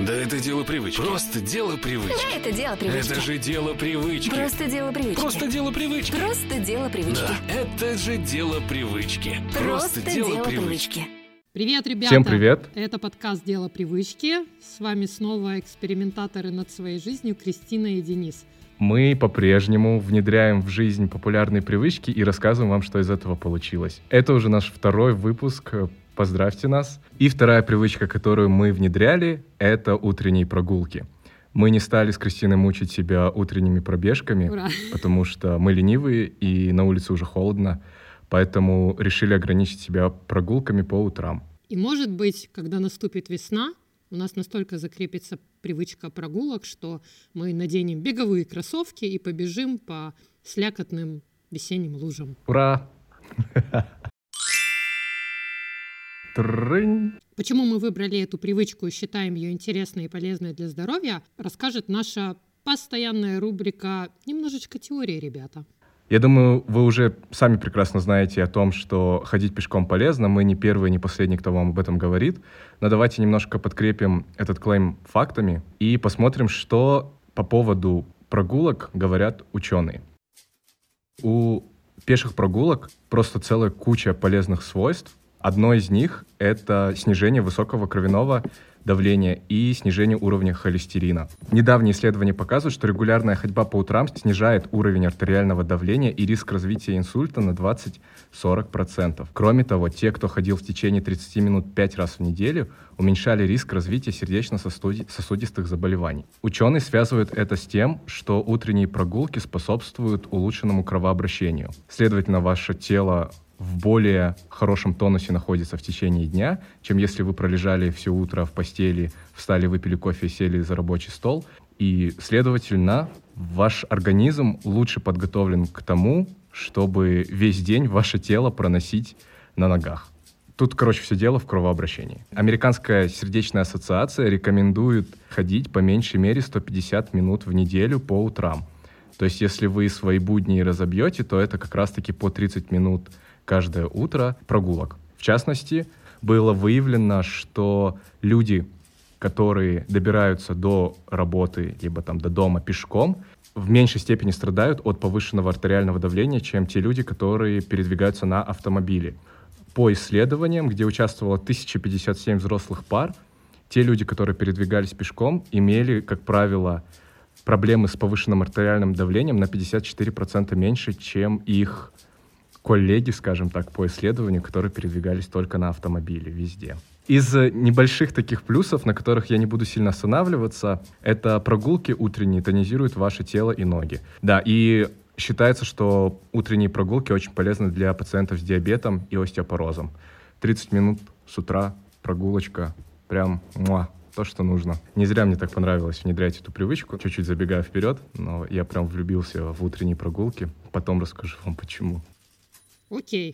Да это дело привычки. Просто дело привычки. Да, это дело привычки. Это же дело привычки. Просто дело привычки. Просто дело привычки. Просто дело привычки. Да, это же дело привычки. Просто дело привычки. Привет, ребята! Всем привет! Это подкаст «Дело привычки». С вами снова экспериментаторы над своей жизнью Кристина и Денис. Мы по-прежнему внедряем в жизнь популярные привычки и рассказываем вам, что из этого получилось. Это уже наш второй выпуск. Поздравьте нас. И вторая привычка, которую мы внедряли, это утренние прогулки. Мы не стали с Кристиной мучить себя утренними пробежками, Ура! потому что мы ленивые и на улице уже холодно, поэтому решили ограничить себя прогулками по утрам. И может быть, когда наступит весна, у нас настолько закрепится привычка прогулок, что мы наденем беговые кроссовки и побежим по слякотным весенним лужам. Ура! Трынь! Почему мы выбрали эту привычку и считаем ее интересной и полезной для здоровья, расскажет наша постоянная рубрика «Немножечко теории, ребята». Я думаю, вы уже сами прекрасно знаете о том, что ходить пешком полезно. Мы не первый, не последний, кто вам об этом говорит. Но давайте немножко подкрепим этот клейм фактами и посмотрим, что по поводу прогулок говорят ученые. У пеших прогулок просто целая куча полезных свойств. Одно из них — это снижение высокого кровяного давления и снижение уровня холестерина. Недавние исследования показывают, что регулярная ходьба по утрам снижает уровень артериального давления и риск развития инсульта на 20-40%. Кроме того, те, кто ходил в течение 30 минут 5 раз в неделю, уменьшали риск развития сердечно-сосудистых заболеваний. Ученые связывают это с тем, что утренние прогулки способствуют улучшенному кровообращению. Следовательно, ваше тело в более хорошем тонусе находится в течение дня, чем если вы пролежали все утро в постели, встали, выпили кофе и сели за рабочий стол. И, следовательно, ваш организм лучше подготовлен к тому, чтобы весь день ваше тело проносить на ногах. Тут, все дело в кровообращении. Американская сердечная ассоциация рекомендует ходить по меньшей мере 150 минут в неделю по утрам. То есть, если вы свои будни разобьете, то это как раз-таки по 30 минут каждое утро прогулок. В частности, было выявлено, что люди, которые добираются до работы либо до дома пешком, в меньшей степени страдают от повышенного артериального давления, чем те люди, которые передвигаются на автомобиле. По исследованиям, где участвовало 1057 взрослых пар, те люди, которые передвигались пешком, имели, как правило, проблемы с повышенным артериальным давлением на 54% меньше, чем их коллеги, скажем так, по исследованию, которые передвигались только на автомобиле везде. Из небольших таких плюсов, на которых я не буду сильно останавливаться, это прогулки утренние тонизируют ваше тело и ноги. Да, и считается, что утренние прогулки очень полезны для пациентов с диабетом и остеопорозом. 30 минут с утра прогулочка, прям то, что нужно. Не зря мне так понравилось внедрять эту привычку. Чуть-чуть забегая вперед, но я прям влюбился в утренние прогулки. Потом расскажу вам, почему. Окей.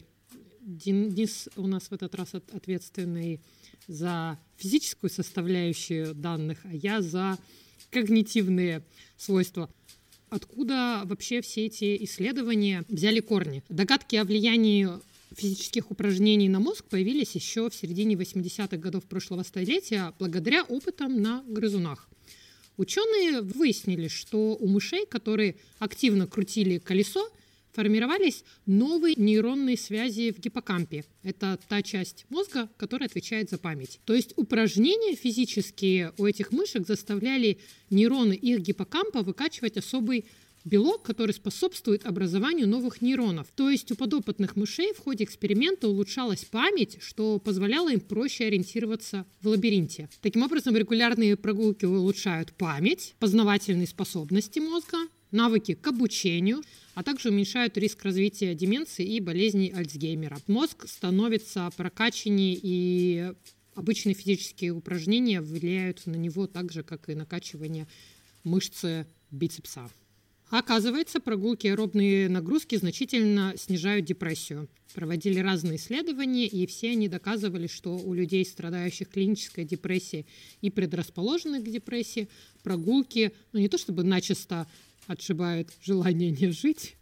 Денис у нас в этот раз ответственный за физическую составляющую данных, а я за когнитивные свойства. Откуда вообще все эти исследования взяли корни? Догадки о влиянии физических упражнений на мозг появились еще в середине 80-х годов прошлого столетия благодаря опытам на грызунах. Ученые выяснили, что у мышей, которые активно крутили колесо, формировались новые нейронные связи в гиппокампе. Это та часть мозга, которая отвечает за память. То есть упражнения физические у этих мышек заставляли нейроны их гиппокампа выкачивать особый белок, который способствует образованию новых нейронов. То есть у подопытных мышей в ходе эксперимента улучшалась память, что позволяло им проще ориентироваться в лабиринте. Таким образом, регулярные прогулки улучшают память, познавательные способности мозга, навыки к обучению, а также уменьшают риск развития деменции и болезней Альцгеймера. Мозг становится прокачаннее, и обычные физические упражнения влияют на него так же, как и накачивание мышцы бицепса. Оказывается, прогулки и аэробные нагрузки значительно снижают депрессию. Проводили разные исследования, и все они доказывали, что у людей, страдающих клинической депрессией и предрасположенных к депрессии, прогулки, не то чтобы начисто отшибают желание не жить,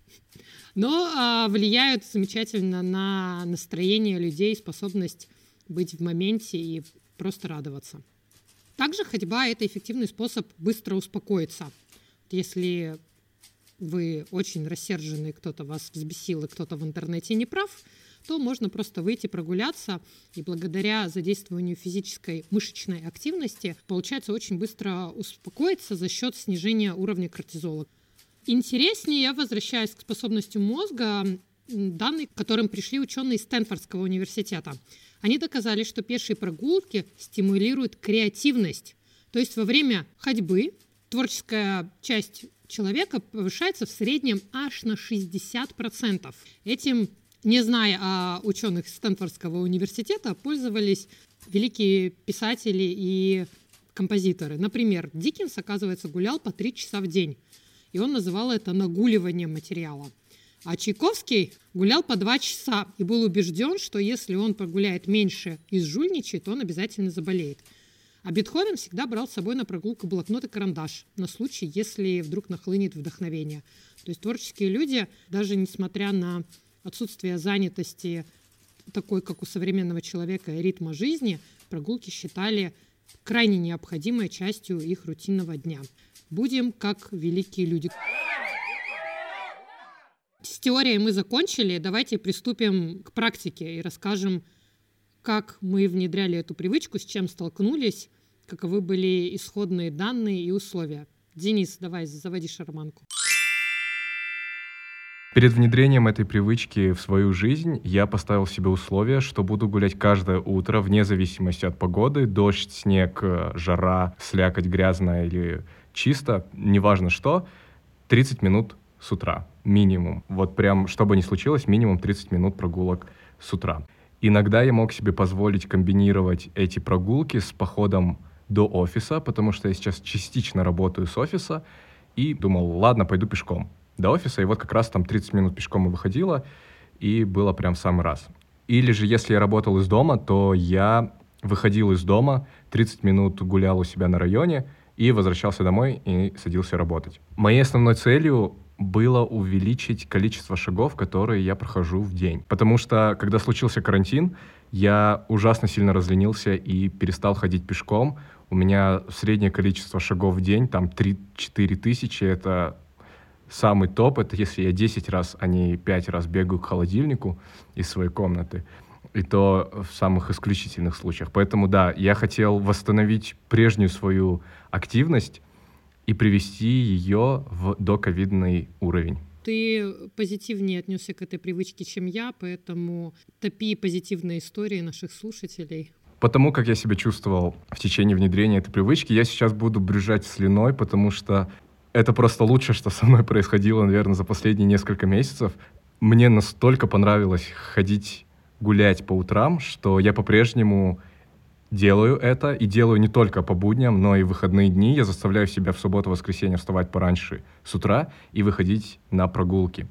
но влияют замечательно на настроение людей, способность быть в моменте и просто радоваться. Также ходьба — это эффективный способ быстро успокоиться. Если вы очень рассержены, кто-то вас взбесил и кто-то в интернете не прав, то можно просто выйти прогуляться, и благодаря задействованию физической мышечной активности получается очень быстро успокоиться за счет снижения уровня кортизола. Интереснее я возвращаюсь к способностям мозга, данные, к которым пришли ученые из Стэнфордского университета. Они доказали, что пешие прогулки стимулируют креативность. То есть во время ходьбы творческая часть человека повышается в среднем аж на 60%. Этим, не зная о ученых Стэнфордского университета, пользовались великие писатели и композиторы. Например, Диккенс, оказывается, гулял по 3 часа в день, и он называл это нагуливанием материала. А Чайковский гулял по 2 часа и был убежден, что если он прогуляет меньше и сжульничает, то он обязательно заболеет. А Бетховен всегда брал с собой на прогулку блокнот и карандаш на случай, если вдруг нахлынет вдохновение. То есть творческие люди, даже несмотря на отсутствие занятости, такой, как у современного человека, и ритма жизни, прогулки считали крайне необходимой частью их рутинного дня. Будем как великие люди. С теорией мы закончили. Давайте приступим к практике и расскажем, как мы внедряли эту привычку, с чем столкнулись, каковы были исходные данные и условия. Денис, давай, заводи шарманку. Перед внедрением этой привычки в свою жизнь я поставил себе условие, что буду гулять каждое утро, вне зависимости от погоды, дождь, снег, жара, слякоть грязная или чисто, неважно что, 30 минут с утра, минимум. Вот прям, что бы ни случилось, минимум 30 минут прогулок с утра. Иногда я мог себе позволить комбинировать эти прогулки с походом до офиса, потому что я сейчас частично работаю с офиса, и думал, ладно, пойду пешком до офиса, и вот как раз там 30 минут пешком и выходило, и было прям в самый раз. Или же, если я работал из дома, то я выходил из дома, 30 минут гулял у себя на районе и возвращался домой и садился работать. Моей основной целью было увеличить количество шагов, которые я прохожу в день. Потому что, когда случился карантин, я ужасно сильно разленился и перестал ходить пешком. У меня среднее количество шагов в день, там 3-4 тысячи, это самый топ. Это если я 10 раз, а не 5 раз бегаю к холодильнику из своей комнаты. И то в самых исключительных случаях. Поэтому, да, я хотел восстановить прежнюю свою активность и привести ее в доковидный уровень. Ты позитивнее отнесся к этой привычке, чем я, поэтому топи позитивные истории наших слушателей. Потому как я себя чувствовал в течение внедрения этой привычки, я сейчас буду брюзжать слюной, потому что это просто лучшее, что со мной происходило, наверное, за последние несколько месяцев. Мне настолько понравилось ходить гулять по утрам, что я по-прежнему делаю это, и делаю не только по будням, но и в выходные дни. Я заставляю себя в субботу-воскресенье вставать пораньше с утра и выходить на прогулки.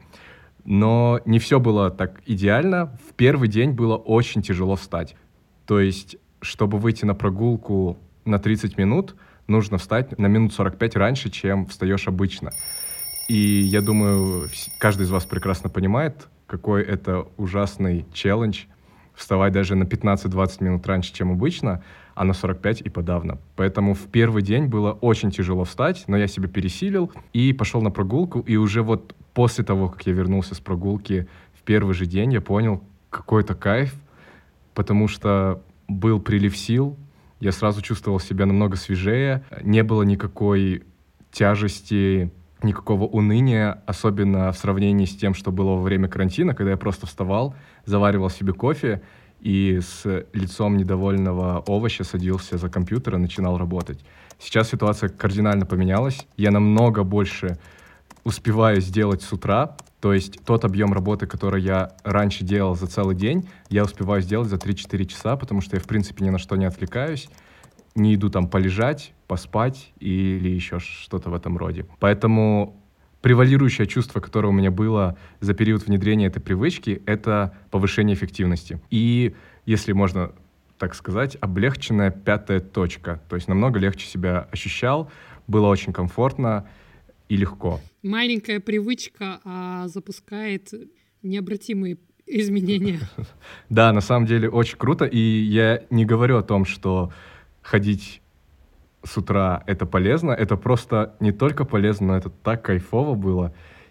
Но не все было так идеально. В первый день было очень тяжело встать. То есть, чтобы выйти на прогулку на 30 минут, нужно встать на минут 45 раньше, чем встаешь обычно. И я думаю, каждый из вас прекрасно понимает, какой это ужасный челлендж вставать даже на 15-20 минут раньше, чем обычно, а на 45 и подавно. Поэтому в первый день было очень тяжело встать, но я себя пересилил и пошел на прогулку. И уже вот после того, как я вернулся с прогулки в первый же день, я понял, какой это кайф, потому что был прилив сил, я сразу чувствовал себя намного свежее, не было никакой тяжести, никакого уныния, особенно в сравнении с тем, что было во время карантина, когда я просто вставал, заваривал себе кофе и с лицом недовольного овоща садился за компьютер и начинал работать. Сейчас ситуация кардинально поменялась. Я намного больше успеваю сделать с утра, то есть тот объем работы, который я раньше делал за целый день, я успеваю сделать за 3-4 часа, потому что я, в принципе, ни на что не отвлекаюсь, не иду там полежать, поспать или еще что-то в этом роде. Поэтому превалирующее чувство, которое у меня было за период внедрения этой привычки, это повышение эффективности. И, если можно так сказать, облегченная 5-я точка. То есть намного легче себя ощущал, было очень комфортно и легко. Маленькая привычка запускает необратимые изменения. Да, на самом деле очень круто. И я не говорю о том, что ходить с утра это полезно. Это просто не только полезно, но это так кайфово было.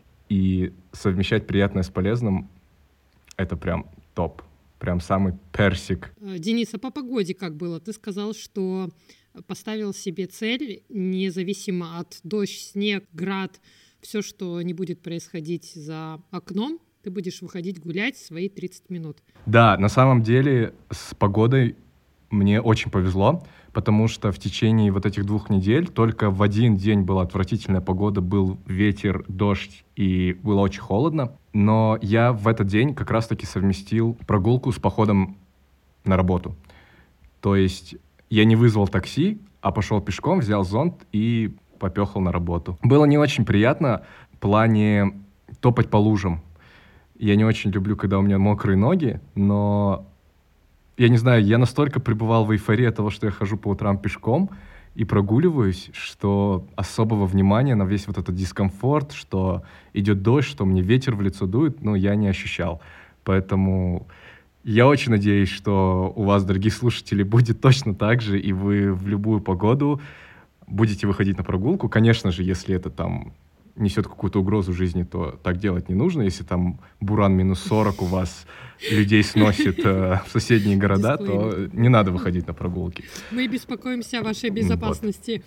И совмещать приятное с полезным — это прям топ. Прям самый персик. Денис, а по погоде как было? Ты сказал, что поставил себе цель, независимо от дождь, снег, град, все, что не будет происходить за окном, ты будешь выходить гулять свои 30 минут. Да, на самом деле с погодой мне очень повезло, потому что в течение вот этих 2 недель только в один день была отвратительная погода, был ветер, дождь и было очень холодно. Но я в этот день как раз-таки совместил прогулку с походом на работу. То есть я не вызвал такси, а пошел пешком, взял зонт и попехал на работу. Было не очень приятно в плане топать по лужам. Я не очень люблю, когда у меня мокрые ноги, но я не знаю, я настолько пребывал в эйфории от того, что я хожу по утрам пешком и прогуливаюсь, что особого внимания на весь вот этот дискомфорт, что идет дождь, что мне ветер в лицо дует, я не ощущал. Поэтому я очень надеюсь, что у вас, дорогие слушатели, будет точно так же, и вы в любую погоду будете выходить на прогулку. Конечно же, если это там несет какую-то угрозу жизни, то так делать не нужно. Если там буран -40 у вас людей сносит в соседние города, то не надо выходить на прогулки. Мы беспокоимся о вашей безопасности.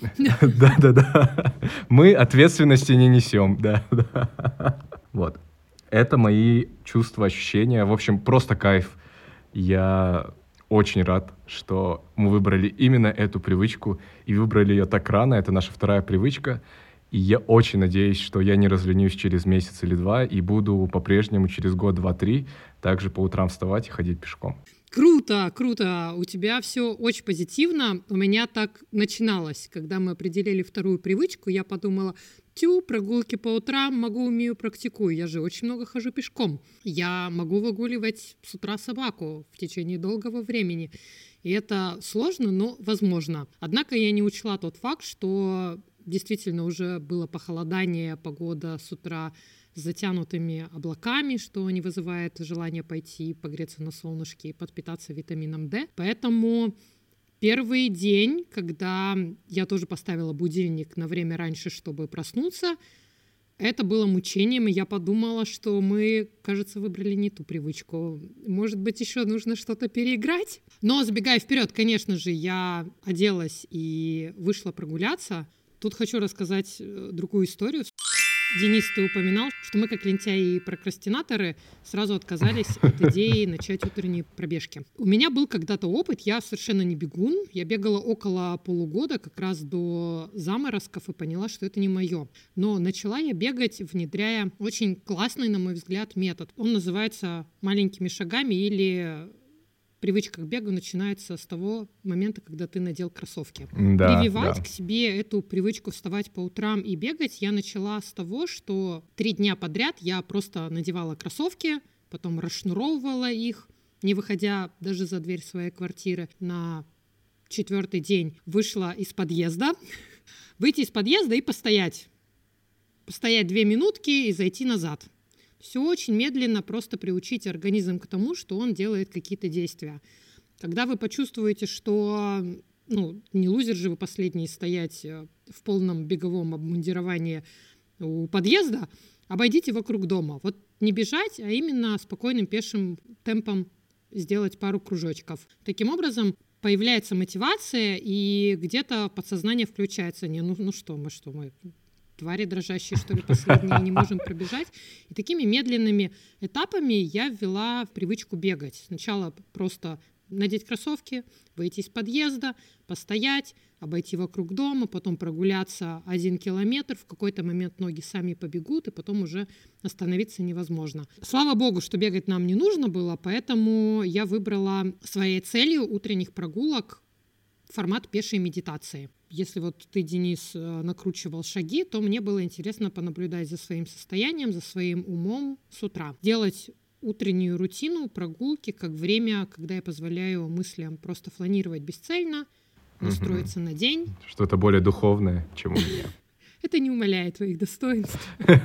Да. Мы ответственности не несем. Да. Вот. Это мои чувства, ощущения. В общем, просто кайф. Я очень рад, что мы выбрали именно эту привычку и выбрали ее так рано. Это наша 2-я привычка. И я очень надеюсь, что я не разленюсь через месяц или 2 и буду по-прежнему через год, 2, 3 также по утрам вставать и ходить пешком. Круто, круто. У тебя все очень позитивно. У меня так начиналось. Когда мы определили 2-ю привычку, я подумала, прогулки по утрам, могу, умею, практикую. Я же очень много хожу пешком. Я могу выгуливать с утра собаку в течение долгого времени. И это сложно, но возможно. Однако я не учла тот факт, что действительно уже было похолодание, погода с утра с затянутыми облаками, что не вызывает желания пойти погреться на солнышке и подпитаться витамином D. Поэтому первый день, когда я тоже поставила будильник на время раньше, чтобы проснуться, это было мучением, и я подумала, что мы, кажется, выбрали не ту привычку. Может быть, еще нужно что-то переиграть? Но, забегая вперед, конечно же, я оделась и вышла прогуляться. Тут хочу рассказать другую историю. Денис, ты упоминал, что мы, как лентяи и прокрастинаторы, сразу отказались от идеи начать утренние пробежки. У меня был когда-то опыт, я совершенно не бегун. Я бегала около полугода, как раз до заморозков, и поняла, что это не мое. Но начала я бегать, внедряя очень классный, на мой взгляд, метод. Он называется маленькими шагами или... Привычка к бегу начинается с того момента, когда ты надел кроссовки. Прививать к себе эту привычку вставать по утрам и бегать я начала с того, что 3 дня подряд я просто надевала кроссовки, потом расшнуровывала их, не выходя даже за дверь своей квартиры. На 4-й день вышла из подъезда. Выйти из подъезда и постоять. Постоять 2 минутки и зайти назад. Все очень медленно, просто приучить организм к тому, что он делает какие-то действия. Когда вы почувствуете, что не лузер же вы последний стоять в полном беговом обмундировании у подъезда, обойдите вокруг дома. Вот не бежать, а именно спокойным пешим темпом сделать пару кружочков. Таким образом, появляется мотивация, и где-то подсознание включается. Мы твари дрожащие, что ли, последние, не можем пробежать. И такими медленными этапами я ввела в привычку бегать. Сначала просто надеть кроссовки, выйти из подъезда, постоять, обойти вокруг дома, потом прогуляться 1 километр. В какой-то момент ноги сами побегут, и потом уже остановиться невозможно. Слава богу, что бегать нам не нужно было, поэтому я выбрала своей целью утренних прогулок формат пешей медитации. Если вот ты, Денис, накручивал шаги, то мне было интересно понаблюдать за своим состоянием, за своим умом с утра. Делать утреннюю рутину, прогулки, как время, когда я позволяю мыслям просто фланировать бесцельно, настроиться на день. Что-то более духовное, чем у меня. Это не умаляет твоих достоинств.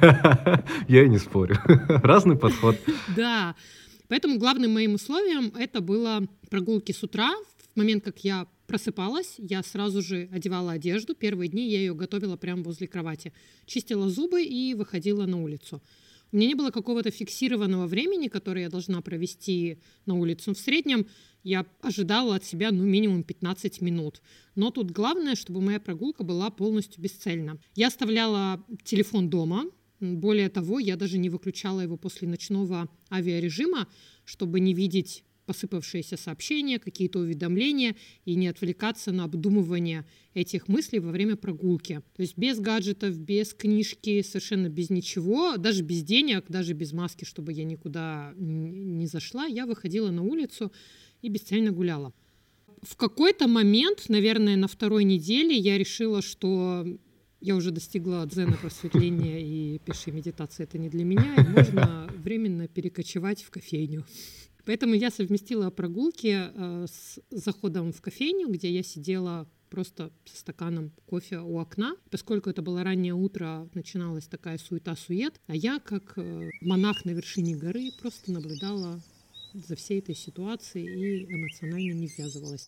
Я и не спорю. Разный подход. Да. Поэтому главным моим условием это было прогулки с утра. В момент, как я просыпалась, я сразу же одевала одежду. Первые дни я ее готовила прямо возле кровати. Чистила зубы и выходила на улицу. У меня не было какого-то фиксированного времени, которое я должна провести на улицу. В среднем я ожидала от себя минимум 15 минут. Но тут главное, чтобы моя прогулка была полностью бесцельна. Я оставляла телефон дома. Более того, я даже не выключала его после ночного авиарежима, чтобы не видеть посыпавшиеся сообщения, какие-то уведомления и не отвлекаться на обдумывание этих мыслей во время прогулки. То есть без гаджетов, без книжки, совершенно без ничего, даже без денег, даже без маски, чтобы я никуда не зашла, я выходила на улицу и бесцельно гуляла. В какой-то момент, наверное, на второй неделе я решила, что я уже достигла дзена, просветления, и пешая медитация — это не для меня, и можно временно перекочевать в кофейню. Поэтому я совместила прогулки с заходом в кофейню, где я сидела просто со стаканом кофе у окна. Поскольку это было раннее утро, начиналась такая суета-сует, а я, как монах на вершине горы, просто наблюдала за всей этой ситуацией и эмоционально не ввязывалась.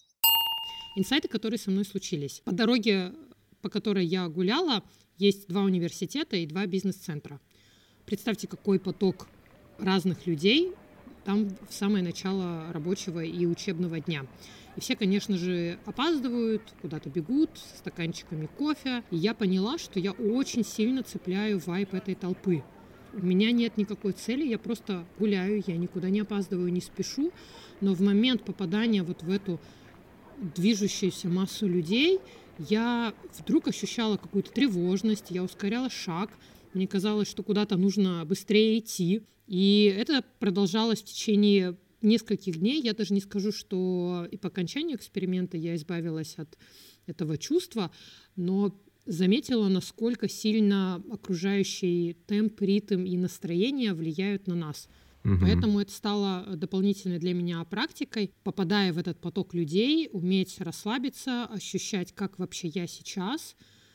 Инсайты, которые со мной случились. По дороге, по которой я гуляла, есть 2 университета и 2 бизнес-центра. Представьте, какой поток разных людей там в самое начало рабочего и учебного дня. И все, конечно же, опаздывают, куда-то бегут с стаканчиками кофе. И я поняла, что я очень сильно цепляю вайб этой толпы. У меня нет никакой цели, я просто гуляю, я никуда не опаздываю, не спешу. Но в момент попадания вот в эту движущуюся массу людей я вдруг ощущала какую-то тревожность, я ускоряла шаг. Мне казалось, что куда-то нужно быстрее идти. И это продолжалось в течение нескольких дней. Я даже не скажу, что и по окончанию эксперимента я избавилась от этого чувства, но заметила, насколько сильно окружающий темп, ритм и настроение влияют на нас. Поэтому это стало дополнительной для меня практикой, попадая в этот поток людей, уметь расслабиться, ощущать, как вообще я сейчас,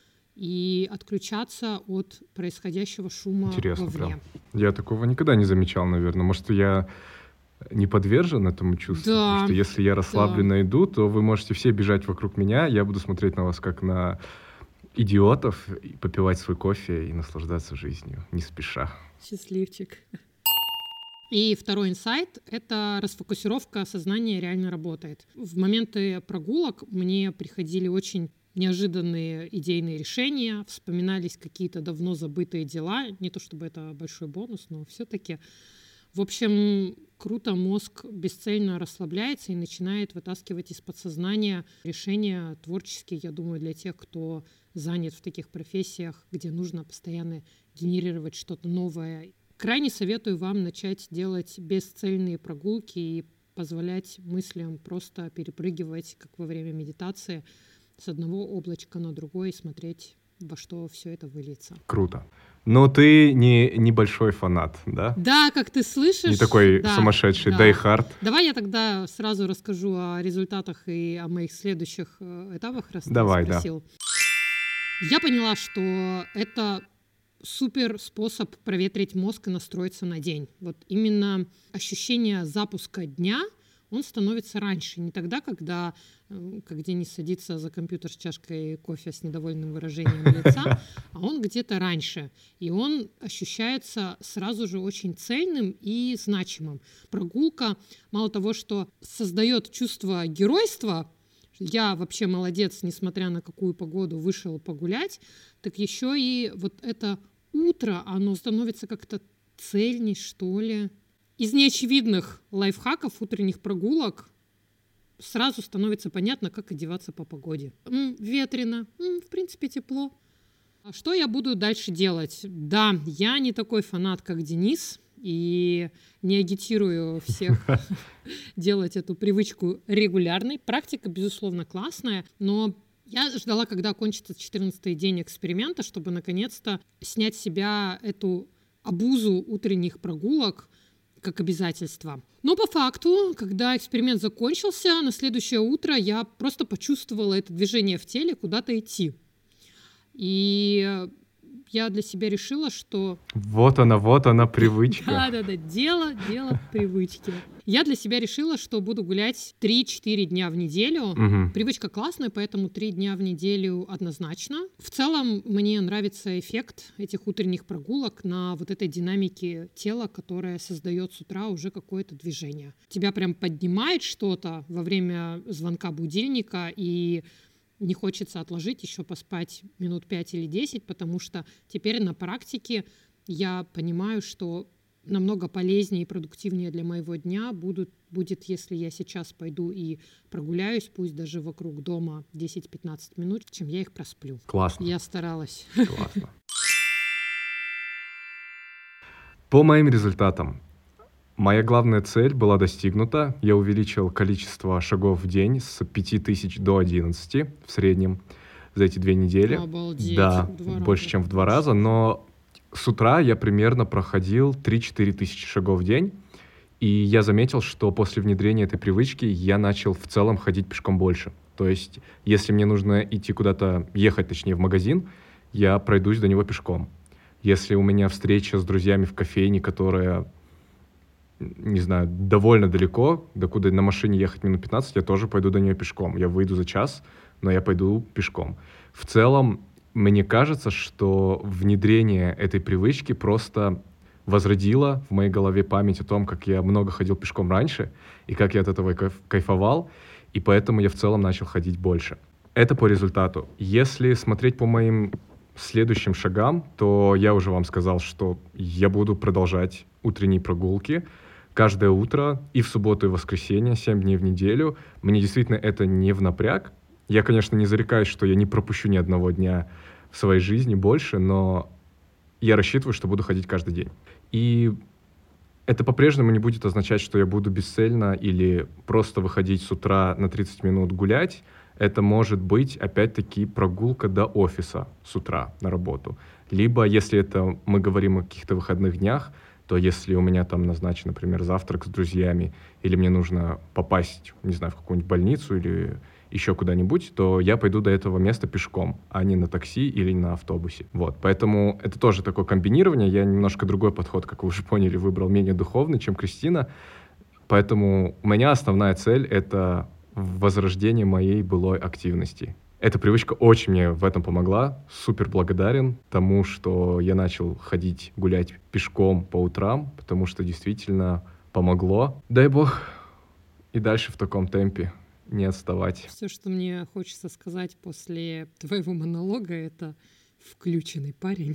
и отключаться от происходящего шума. Интересно, вовне. прям. Я такого никогда не замечал, наверное. Может, я не подвержен этому чувству? Да. Потому что если я расслабленно иду, то вы можете все бежать вокруг меня, я буду смотреть на вас как на идиотов, и попивать свой кофе и наслаждаться жизнью, не спеша. Счастливчик. И второй инсайт — это расфокусировка сознания реально работает. В моменты прогулок мне приходили очень неожиданные идейные решения, вспоминались какие-то давно забытые дела. Не то чтобы это большой бонус, но все-таки. В общем, круто, мозг бесцельно расслабляется и начинает вытаскивать из подсознания решения творческие, я думаю, для тех, кто занят в таких профессиях, где нужно постоянно генерировать что-то новое. Крайне советую вам начать делать бесцельные прогулки и позволять мыслям просто перепрыгивать, как во время медитации, с одного облачка на другое и смотреть, во что все это выльется. Круто. Но ты не небольшой фанат, да? Да, как ты слышишь. Не такой да, сумасшедший, да. die hard. Давай я тогда сразу расскажу о результатах и о моих следующих этапах, раз Давай, ты спросил. Да. Я поняла, что это супер способ проветрить мозг и настроиться на день. Вот именно ощущение запуска дня, он становится раньше, не тогда, когда Денис садится за компьютер с чашкой кофе с недовольным выражением лица, а он где-то раньше. И он ощущается сразу же очень цельным и значимым. Прогулка, мало того, что создает чувство геройства, я вообще молодец, несмотря на какую погоду вышел погулять, так еще и вот это утро, оно становится как-то цельней, что ли. Из неочевидных лайфхаков утренних прогулок сразу становится понятно, как одеваться по погоде. Ветрено, в принципе, тепло. А что я буду дальше делать? Да, я не такой фанат, как Денис, и не агитирую всех делать эту привычку регулярной. Практика, безусловно, классная, но я ждала, когда кончится 14-й день эксперимента, чтобы наконец-то снять с себя эту обузу утренних прогулок как обязательство. Но по факту, когда эксперимент закончился, на следующее утро я просто почувствовала это движение в теле, куда-то идти. И я для себя решила, что... Вот она, привычка. Да, дело привычки. Я для себя решила, что буду гулять 3-4 дня в неделю. Привычка классная, поэтому 3 дня в неделю однозначно. В целом, мне нравится эффект этих утренних прогулок на вот этой динамике тела, которая создает с утра уже какое-то движение. Тебя прям поднимает что-то во время звонка будильника, и не хочется отложить, еще поспать минут 5 или 10, потому что теперь на практике я понимаю, что намного полезнее и продуктивнее для моего дня будет, если я сейчас пойду и прогуляюсь, пусть даже вокруг дома 10-15 минут, чем я их просплю. Классно. Я старалась. Классно. По моим результатам, моя главная цель была достигнута. Я увеличил количество шагов в день с 5000 до 11 в среднем за эти 2 недели. Обалдеть. Да, больше, чем в 2 раза, но с утра я примерно проходил 3-4 тысячи шагов в день, и я заметил, что после внедрения этой привычки я начал в целом ходить пешком больше. То есть, если мне нужно идти куда-то, ехать, точнее, в магазин, я пройдусь до него пешком. Если у меня встреча с друзьями в кофейне, которая, не знаю, довольно далеко, докуда на машине ехать минут 15, я тоже пойду до нее пешком. Я выйду за час, но я пойду пешком. В целом, мне кажется, что внедрение этой привычки просто возродило в моей голове память о том, как я много ходил пешком раньше и как я от этого кайфовал, и поэтому я в целом начал ходить больше. Это по результату. Если смотреть по моим следующим шагам, то я уже вам сказал, что я буду продолжать утренние прогулки каждое утро и в субботу, и в воскресенье, 7 дней в неделю. Мне действительно это не в напряг. Я, конечно, не зарекаюсь, что я не пропущу ни одного дня в своей жизни больше, но я рассчитываю, что буду ходить каждый день. И это по-прежнему не будет означать, что я буду бесцельно или просто выходить с утра на 30 минут гулять. Это может быть, опять-таки, прогулка до офиса с утра на работу. Либо, если это мы говорим о каких-то выходных днях, то если у меня там назначен, например, завтрак с друзьями, или мне нужно попасть, не знаю, в какую-нибудь больницу или еще куда-нибудь, то я пойду до этого места пешком, а не на такси или на автобусе. Вот. Поэтому это тоже такое комбинирование. Я немножко другой подход, как вы уже поняли, выбрал, менее духовный, чем Кристина. Поэтому у меня основная цель — это возрождение моей былой активности. Эта привычка очень мне в этом помогла. Супер благодарен тому, что я начал ходить, гулять пешком по утрам, потому что действительно помогло. Дай бог и дальше в таком темпе не отставать. Все, что мне хочется сказать после твоего монолога, это включенный парень.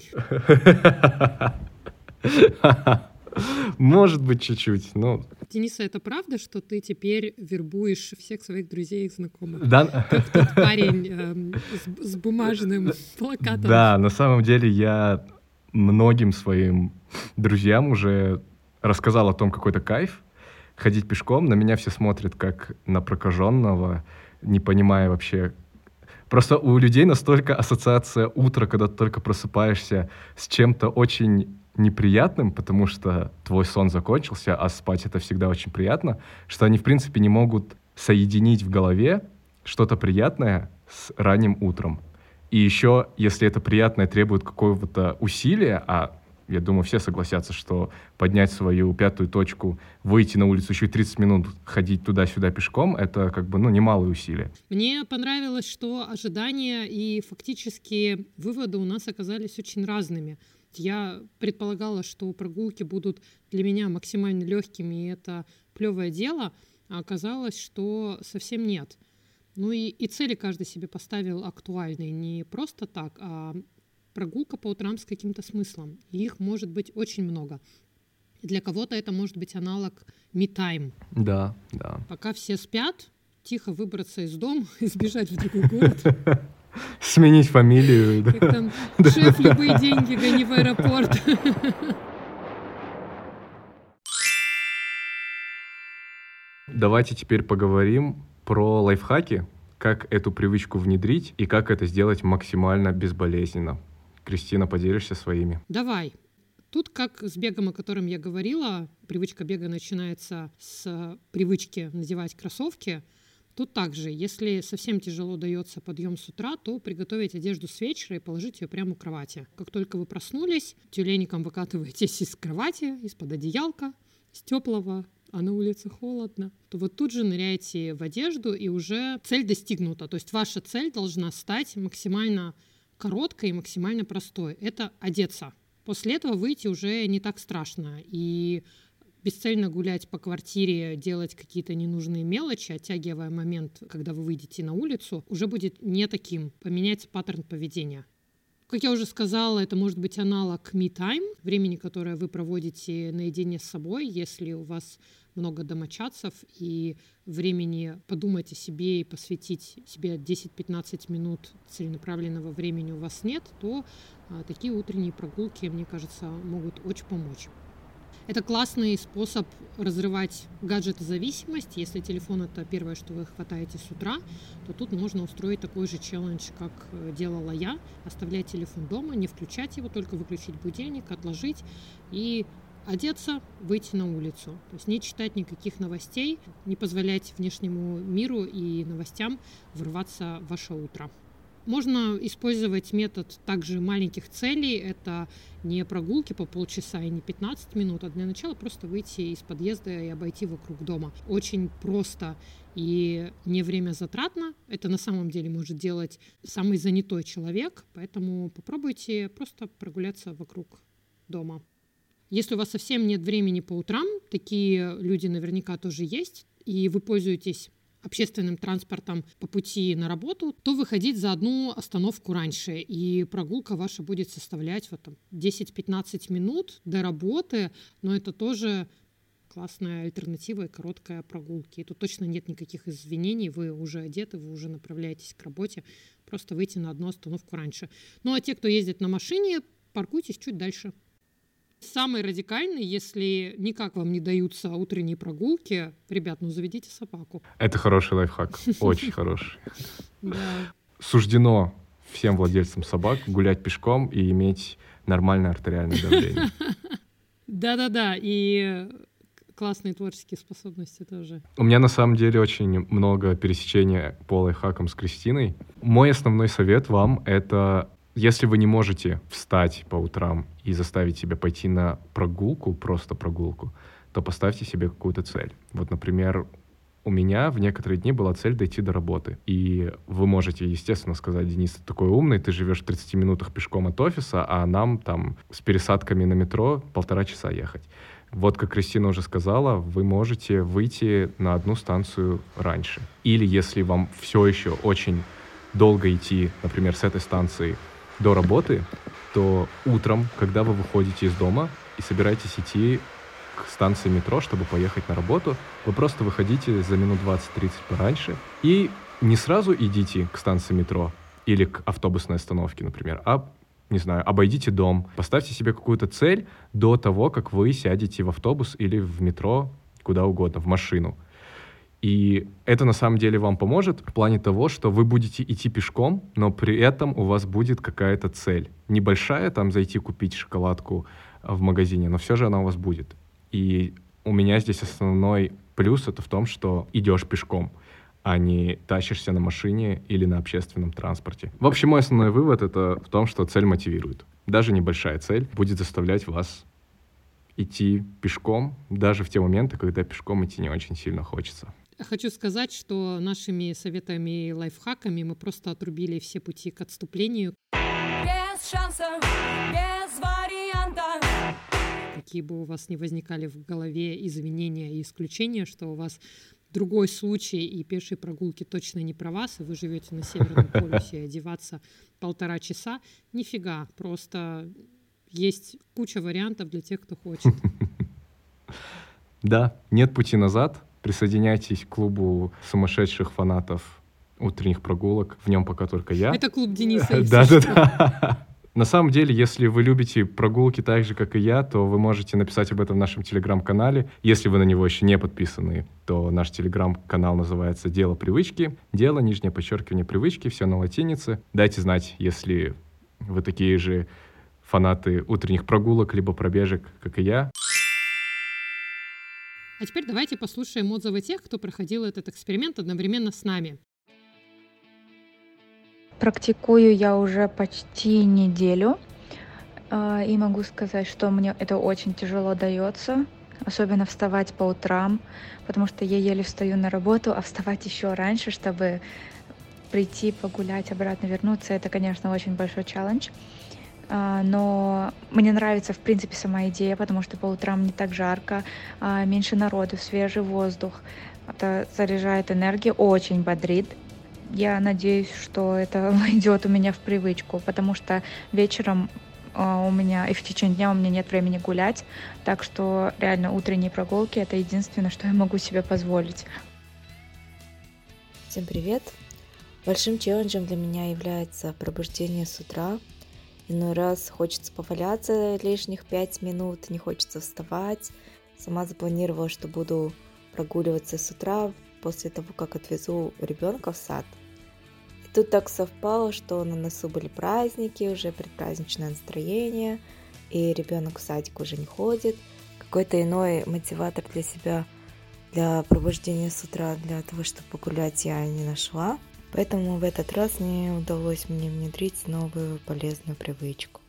Может быть, чуть-чуть, но... Дениса, это правда, что ты теперь вербуешь всех своих друзей и знакомых? Да. Как тот парень с бумажным плакатом. Да, на самом деле я многим своим друзьям уже рассказал о том, какой это кайф ходить пешком. На меня все смотрят как на прокаженного, не понимая вообще. Просто у людей настолько ассоциация утра, когда ты только просыпаешься, с чем-то очень неприятным, потому что твой сон закончился, а спать это всегда очень приятно, что они, в принципе, не могут соединить в голове что-то приятное с ранним утром. И еще, если это приятное требует какого-то усилия, а я думаю, все согласятся, что поднять свою пятую точку, выйти на улицу, еще и 30 минут ходить туда-сюда пешком, это как бы, немалые усилия. Мне понравилось, что ожидания и фактически выводы у нас оказались очень разными. Я предполагала, что прогулки будут для меня максимально легкими, и это клевое дело, а оказалось, что совсем нет. Ну и цели каждый себе поставил актуальные, не просто так, а прогулка по утрам с каким-то смыслом. И их может быть очень много. И для кого-то это может быть аналог me-time. Да. Пока все спят, тихо выбраться из дома и сбежать в другой город. Сменить фамилию. Как там, шеф, любые деньги гони в аэропорт. Давайте теперь поговорим про лайфхаки, как эту привычку внедрить и как это сделать максимально безболезненно. Кристина, поделишься своими? Давай. Тут, как с бегом, о котором я говорила, привычка бега начинается с привычки надевать кроссовки, Тут также, если совсем тяжело дается подъем с утра, то приготовить одежду с вечера и положить ее прямо у кровати. Как только вы проснулись, тюлеником выкатываетесь из кровати, из-под одеялка, с теплого, а на улице холодно, то вот тут же ныряете в одежду, и уже цель достигнута. То есть ваша цель должна стать максимально короткой и максимально простой. Это одеться. После этого выйти уже не так страшно. И бесцельно гулять по квартире, делать какие-то ненужные мелочи, оттягивая момент, когда вы выйдете на улицу, уже будет не таким. Поменяется паттерн поведения. Как я уже сказала, это может быть аналог me-time, времени, которое вы проводите наедине с собой, если у вас много домочадцев и времени подумать о себе и посвятить себе 10-15 минут целенаправленного времени у вас нет, то такие утренние прогулки, мне кажется, могут очень помочь. Это классный способ разрывать гаджетозависимость. Если телефон — это первое, что вы хватаете с утра, то тут можно устроить такой же челлендж, как делала я. Оставлять телефон дома, не включать его, только выключить будильник, отложить и одеться, выйти на улицу. То есть не читать никаких новостей, не позволять внешнему миру и новостям врываться в ваше утро. Можно использовать метод также маленьких целей. Это не прогулки по полчаса и не 15 минут, а для начала просто выйти из подъезда и обойти вокруг дома. Очень просто и не время затратно. Это на самом деле может делать самый занятой человек, поэтому попробуйте просто прогуляться вокруг дома. Если у вас совсем нет времени по утрам, такие люди наверняка тоже есть, и вы пользуетесь общественным транспортом по пути на работу, то выходить за одну остановку раньше, и прогулка ваша будет составлять 10-15 минут до работы, но это тоже классная альтернатива и короткая прогулки. И тут точно нет никаких извинений, вы уже одеты, вы уже направляетесь к работе, просто выйти на одну остановку раньше. Ну а те, кто ездит на машине, паркуйтесь чуть дальше. Самый радикальный, если никак вам не даются утренние прогулки, ребят, заведите собаку. Это хороший лайфхак, очень хороший. Да. Суждено всем владельцам собак гулять пешком и иметь нормальное артериальное давление. Да-да-да, и классные творческие способности тоже. У меня на самом деле очень много пересечения по лайфхакам с Кристиной. Мой основной совет вам — это: если вы не можете встать по утрам и заставить себя пойти на прогулку, просто прогулку, то поставьте себе какую-то цель. Вот, например, у меня в некоторые дни была цель дойти до работы. И вы можете, естественно, сказать: Денис, ты такой умный, ты живешь в 30 минутах пешком от офиса, а нам там с пересадками на метро 1,5 часа ехать. Вот, как Кристина уже сказала, вы можете выйти на одну станцию раньше. Или если вам все еще очень долго идти, например, с этой станции до работы, то утром, когда вы выходите из дома и собираетесь идти к станции метро, чтобы поехать на работу, вы просто выходите за минут 20-30 пораньше и не сразу идите к станции метро или к автобусной остановке, например, а, не знаю, обойдите дом, поставьте себе какую-то цель до того, как вы сядете в автобус или в метро, куда угодно, в машину. И это на самом деле вам поможет в плане того, что вы будете идти пешком, но при этом у вас будет какая-то цель. Небольшая, там зайти купить шоколадку в магазине, но все же она у вас будет. И у меня здесь основной плюс — это в том, что идешь пешком, а не тащишься на машине или на общественном транспорте. В общем, мой основной вывод — это в том, что цель мотивирует. Даже небольшая цель будет заставлять вас идти пешком, даже в те моменты, когда пешком идти не очень сильно хочется. Хочу сказать, что нашими советами и лайфхаками мы просто отрубили все пути к отступлению. Без шансов, без вариантов. Какие бы у вас ни возникали в голове извинения и исключения, что у вас другой случай и пешие прогулки точно не про вас, и вы живете на Северном полюсе, и одеваться 1,5 часа, нифига, просто есть куча вариантов для тех, кто хочет. Да, нет пути назад. Присоединяйтесь к клубу сумасшедших фанатов утренних прогулок. В нем пока только я. Это клуб Дениса. Да. На самом деле, если вы любите прогулки так же, как и я, то вы можете написать об этом в нашем телеграм-канале. Если вы на него еще не подписаны, то наш телеграм-канал называется «Дело привычки». Дело, _ привычки, все на латинице. Дайте знать, если вы такие же фанаты утренних прогулок либо пробежек, как и я. А теперь давайте послушаем отзывы тех, кто проходил этот эксперимент одновременно с нами. Практикую я уже почти неделю, и могу сказать, что мне это очень тяжело дается, особенно вставать по утрам, потому что я еле встаю на работу, а вставать еще раньше, чтобы прийти, погулять, обратно вернуться, это, конечно, очень большой челлендж. Но мне нравится, в принципе, сама идея, потому что по утрам не так жарко, меньше народу, свежий воздух. Это заряжает энергией, очень бодрит. Я надеюсь, что это войдет у меня в привычку, потому что вечером у меня и в течение дня у меня нет времени гулять, так что реально утренние прогулки — это единственное, что я могу себе позволить. Всем привет! Большим челленджем для меня является пробуждение с утра. Иной раз хочется поваляться лишних 5 минут, не хочется вставать. Сама запланировала, что буду прогуливаться с утра после того, как отвезу ребенка в сад. И тут так совпало, что на носу были праздники, уже предпраздничное настроение, и ребенок в садик уже не ходит. Какой-то иной мотиватор для себя, для пробуждения с утра, для того, чтобы погулять, я не нашла. Поэтому в этот раз не удалось мне внедрить новую полезную привычку.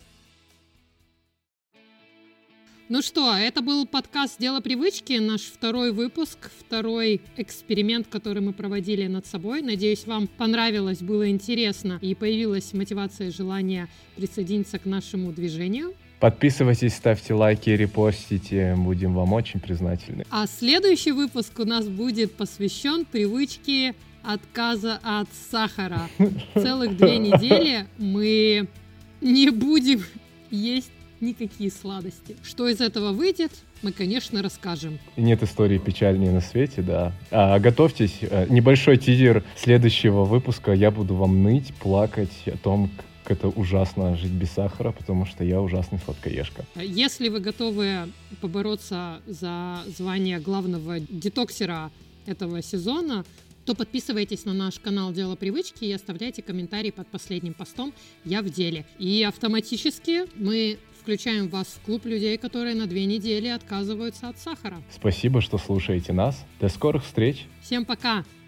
Ну что, это был подкаст «Дело привычки», наш второй выпуск, второй эксперимент, который мы проводили над собой. Надеюсь, вам понравилось, было интересно и появилась мотивация и желание присоединиться к нашему движению. Подписывайтесь, ставьте лайки, репостите, будем вам очень признательны. А следующий выпуск у нас будет посвящен привычке отказа от сахара. Целых 2 недели мы не будем есть никакие сладости. Что из этого выйдет, мы, конечно, расскажем. Нет истории печальнее на свете, да. Готовьтесь, небольшой тизер следующего выпуска. Я буду вам ныть, плакать о том, как это ужасно жить без сахара, потому что я ужасный сладкоежка. Если вы готовы побороться за звание главного детоксера этого сезона, то подписывайтесь на наш канал «Дело привычки» и оставляйте комментарии под последним постом «Я в деле». И автоматически мы включаем вас в клуб людей, которые на 2 недели отказываются от сахара. Спасибо, что слушаете нас. До скорых встреч. Всем пока!